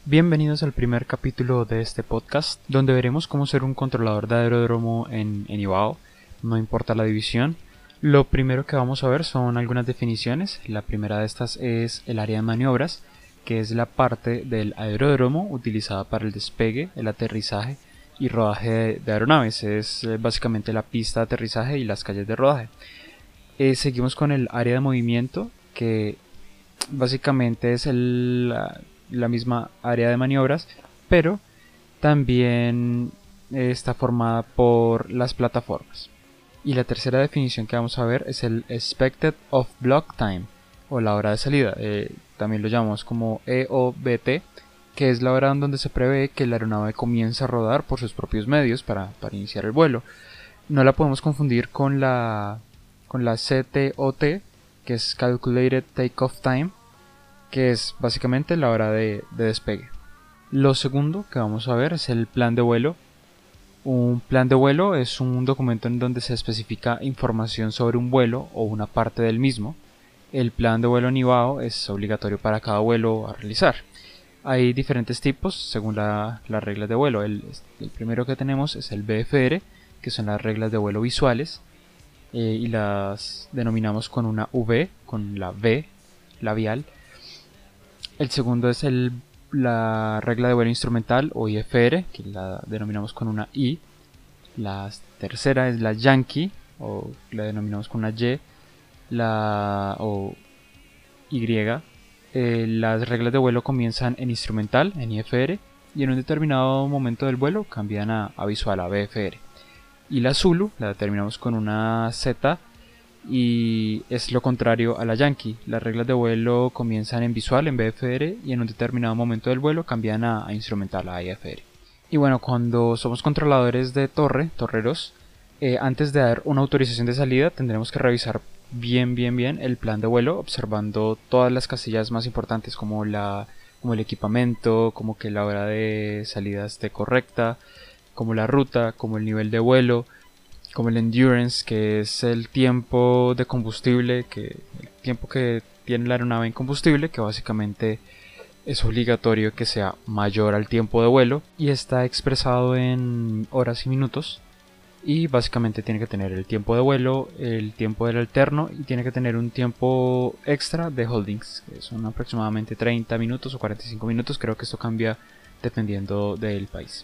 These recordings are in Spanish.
Bienvenidos al primer capítulo de este podcast, donde veremos cómo ser un controlador de aeródromo en IBAO, no importa la división. Lo primero que vamos a ver son algunas definiciones. La primera de estas es el área de maniobras, que es la parte del aeródromo utilizada para el despegue, el aterrizaje y rodaje de aeronaves. Es básicamente la pista de aterrizaje y las calles de rodaje. Seguimos con el área de movimiento, que básicamente es la misma área de maniobras, pero también está formada por las plataformas. Y la tercera definición que vamos a ver es el Expected Off-Block Time, o la hora de salida. También lo llamamos como EOBT, que es la hora en donde se prevé que la aeronave comience a rodar por sus propios medios para iniciar el vuelo. No la podemos confundir con la CTOT, que es Calculated Takeoff Time, que es básicamente la hora de despegue. Lo segundo que vamos a ver es el plan de vuelo. Un plan de vuelo es un documento en donde se especifica información sobre un vuelo o una parte del mismo. El plan de vuelo en IBAO es obligatorio para cada vuelo a realizar. Hay diferentes tipos según las reglas de vuelo. El primero que tenemos es el BFR, que son las reglas de vuelo visuales, y las denominamos con una V, con la V labial. El segundo es la regla de vuelo instrumental o IFR, que la denominamos con una I. La tercera es la Yankee, o la denominamos con una Y, o Y. Las reglas de vuelo comienzan en instrumental, en IFR, y en un determinado momento del vuelo cambian a visual, a BFR. Y la Zulu la determinamos con una Z, y es lo contrario a la Yankee. Las reglas de vuelo comienzan en visual, en BFR, y en un determinado momento del vuelo cambian a instrumental, a IFR. Y bueno, cuando somos controladores de torreros, antes de dar una autorización de salida tendremos que revisar bien el plan de vuelo, observando todas las casillas más importantes como el equipamiento, como que la hora de salida esté correcta, como la ruta, como el nivel de vuelo, como el endurance, que es el tiempo de combustible, el tiempo que tiene la aeronave en combustible, que básicamente es obligatorio que sea mayor al tiempo de vuelo y está expresado en horas y minutos. Y básicamente tiene que tener el tiempo de vuelo, el tiempo del alterno, y tiene que tener un tiempo extra de holdings, que son aproximadamente 30 minutos o 45 minutos. Creo que esto cambia dependiendo del país.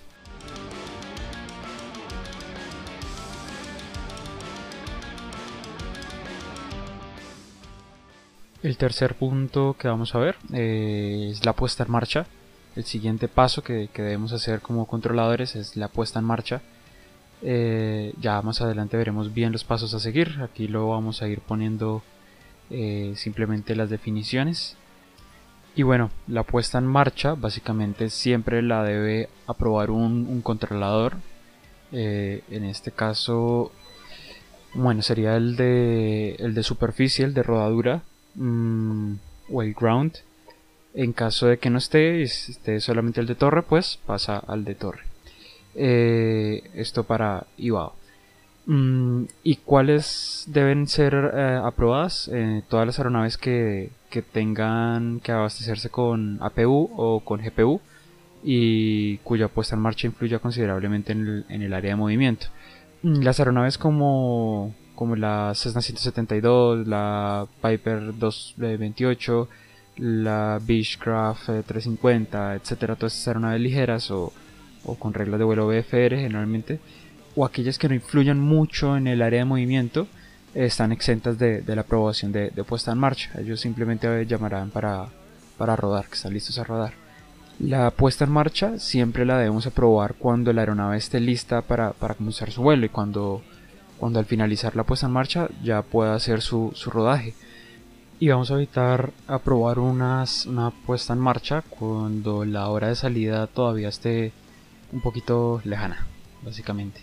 El tercer punto que vamos a ver es la puesta en marcha. El siguiente paso que debemos hacer como controladores es la puesta en marcha. Ya más adelante veremos bien los pasos a seguir. Aquí lo vamos a ir poniendo simplemente las definiciones. Y bueno, la puesta en marcha básicamente siempre la debe aprobar un controlador. En este caso, bueno, sería el de superficie, el de rodadura, o el ground. En caso de que no esté solamente el de torre, pues pasa al de torre. Esto para IBAO. ¿Y cuáles deben ser aprobadas? Todas las aeronaves que tengan que abastecerse con APU o con GPU y cuya puesta en marcha influya considerablemente en el área de movimiento. Las aeronaves como la Cessna 172, la Piper 228, la Beechcraft 350, etcétera, todas estas aeronaves ligeras o con reglas de vuelo BFR generalmente, o aquellas que no influyan mucho en el área de movimiento, están exentas de la aprobación de puesta en marcha. Ellos simplemente llamarán para rodar, que están listos a rodar. La puesta en marcha siempre la debemos aprobar cuando la aeronave esté lista para comenzar su vuelo, y cuando al finalizar la puesta en marcha ya pueda hacer su rodaje. Y vamos a evitar aprobar una puesta en marcha cuando la hora de salida todavía esté un poquito lejana, básicamente.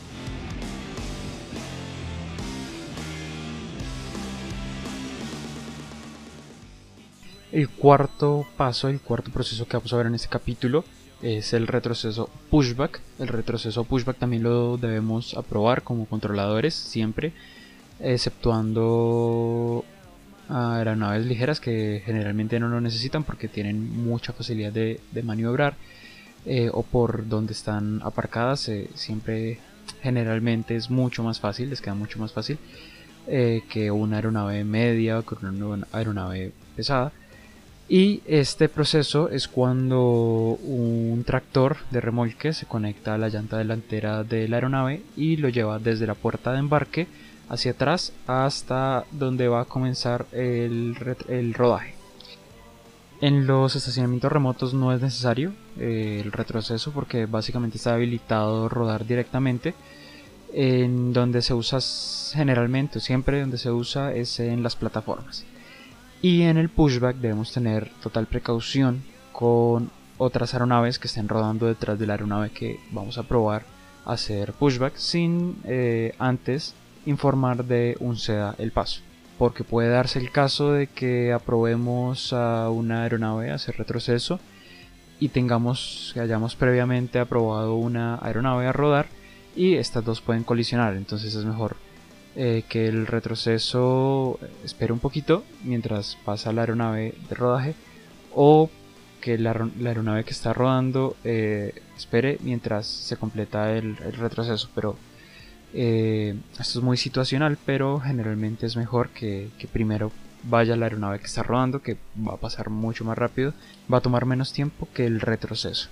El cuarto proceso que vamos a ver en este capítulo es el retroceso pushback. El retroceso pushback también lo debemos aprobar como controladores siempre, exceptuando a aeronaves ligeras que generalmente no lo necesitan porque tienen mucha facilidad de maniobrar, o por donde están aparcadas siempre generalmente es mucho más fácil, les queda mucho más fácil que una aeronave media o que una aeronave pesada. Y este proceso es cuando un tractor de remolque se conecta a la llanta delantera de la aeronave y lo lleva desde la puerta de embarque hacia atrás hasta donde va a comenzar el rodaje. En los estacionamientos remotos no es necesario el retroceso porque básicamente está habilitado rodar directamente. En donde se usa generalmente o siempre donde se usa es en las plataformas. Y en el pushback debemos tener total precaución con otras aeronaves que estén rodando detrás de la aeronave que vamos a probar hacer pushback sin antes informar de un SEDA el paso, porque puede darse el caso de que aprobemos a una aeronave a hacer retroceso y hayamos previamente aprobado una aeronave a rodar y estas dos pueden colisionar. Entonces es mejor que el retroceso espere un poquito mientras pasa la aeronave de rodaje, o que la aeronave que está rodando espere mientras se completa el retroceso. Pero esto es muy situacional, pero generalmente es mejor que primero vaya la aeronave que está rodando, que va a pasar mucho más rápido, va a tomar menos tiempo que el retroceso.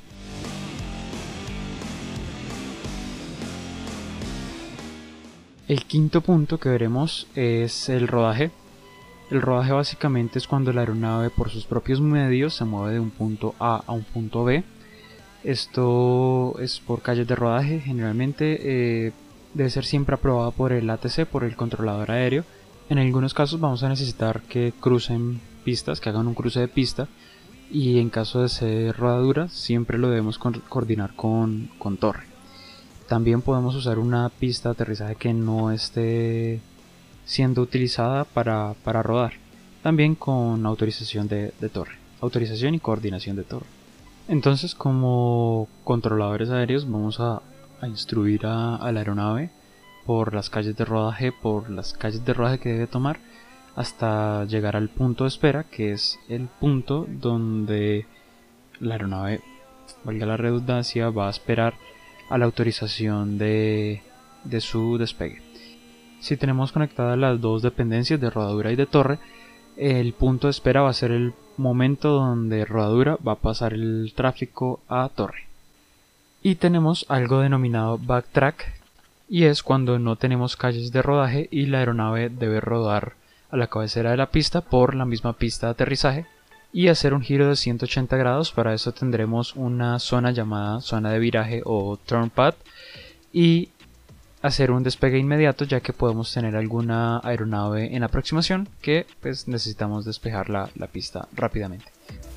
El quinto punto que veremos es el rodaje. El rodaje básicamente es cuando la aeronave por sus propios medios se mueve de un punto A a un punto B. Esto es por calles de rodaje, generalmente debe ser siempre aprobado por el ATC, por el controlador aéreo. En algunos casos vamos a necesitar que crucen pistas, que hagan un cruce de pista, y en caso de ser rodadura siempre lo debemos coordinar con torre. También podemos usar una pista de aterrizaje que no esté siendo utilizada para rodar, también con autorización de torre, autorización y coordinación de torre. Entonces, como controladores aéreos vamos a instruir a la aeronave por las calles de rodaje, que debe tomar hasta llegar al punto de espera, que es el punto donde la aeronave, valga la redundancia, va a esperar a la autorización de su despegue. Si tenemos conectadas las dos dependencias de rodadura y de torre, el punto de espera va a ser el momento donde rodadura va a pasar el tráfico a torre. Y tenemos algo denominado backtrack, y es cuando no tenemos calles de rodaje y la aeronave debe rodar a la cabecera de la pista por la misma pista de aterrizaje y hacer un giro de 180 grados. Para eso tendremos una zona llamada zona de viraje o turn path y hacer un despegue inmediato, ya que podemos tener alguna aeronave en aproximación que pues necesitamos despejar la pista rápidamente.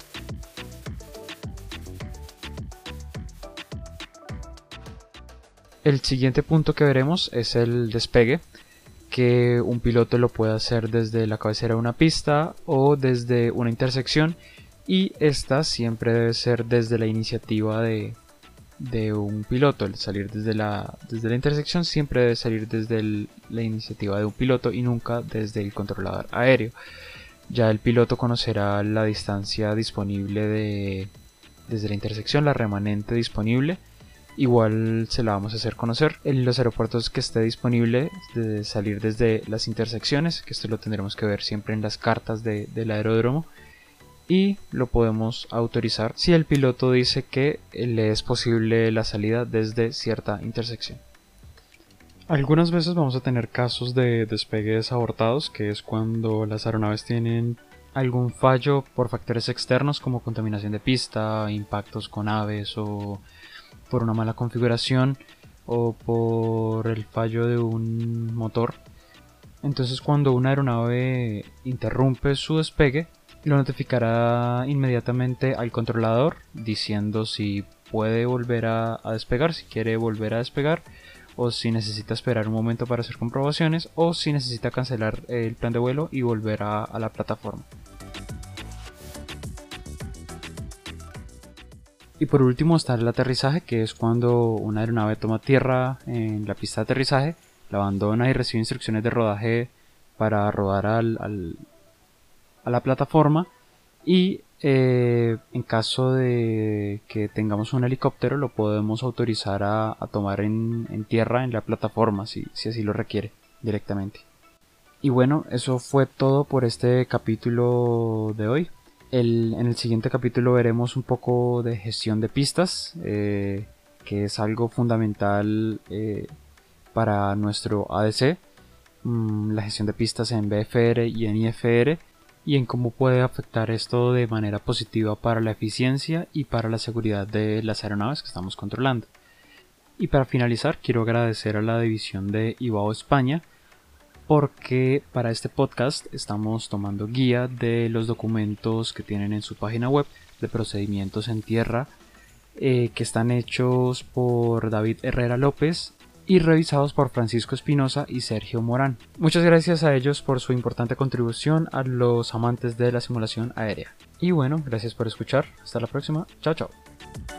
El siguiente punto que veremos es el despegue, que un piloto lo puede hacer desde la cabecera de una pista o desde una intersección, y esta siempre debe ser desde la iniciativa de un piloto. El salir desde la intersección siempre debe salir desde la iniciativa de un piloto y nunca desde el controlador aéreo. Ya el piloto conocerá la distancia disponible desde la intersección, la remanente disponible. Igual se la vamos a hacer conocer en los aeropuertos que esté disponible de salir desde las intersecciones, que esto lo tendremos que ver siempre en las cartas del aeródromo, y lo podemos autorizar si el piloto dice que le es posible la salida desde cierta intersección. Algunas veces vamos a tener casos de despegues abortados, que es cuando las aeronaves tienen algún fallo por factores externos como contaminación de pista, impactos con aves, o por una mala configuración, o por el fallo de un motor. Entonces, cuando una aeronave interrumpe su despegue, lo notificará inmediatamente al controlador diciendo si puede volver a despegar, si quiere volver a despegar, o si necesita esperar un momento para hacer comprobaciones, o si necesita cancelar el plan de vuelo y volver a la plataforma. Y por último está el aterrizaje, que es cuando una aeronave toma tierra en la pista de aterrizaje, la abandona y recibe instrucciones de rodaje para rodar a la plataforma y en caso de que tengamos un helicóptero lo podemos autorizar a tomar en tierra en la plataforma si así lo requiere directamente. Y bueno, eso fue todo por este capítulo de hoy. En el siguiente capítulo veremos un poco de gestión de pistas, que es algo fundamental para nuestro ADC, la gestión de pistas en BFR y en IFR, y en cómo puede afectar esto de manera positiva para la eficiencia y para la seguridad de las aeronaves que estamos controlando. Y para finalizar, quiero agradecer a la división de IBAO España, porque para este podcast estamos tomando guía de los documentos que tienen en su página web de procedimientos en tierra, que están hechos por David Herrera López y revisados por Francisco Espinosa y Sergio Morán. Muchas gracias a ellos por su importante contribución a los amantes de la simulación aérea. Y bueno, gracias por escuchar. Hasta la próxima. Chao, chao.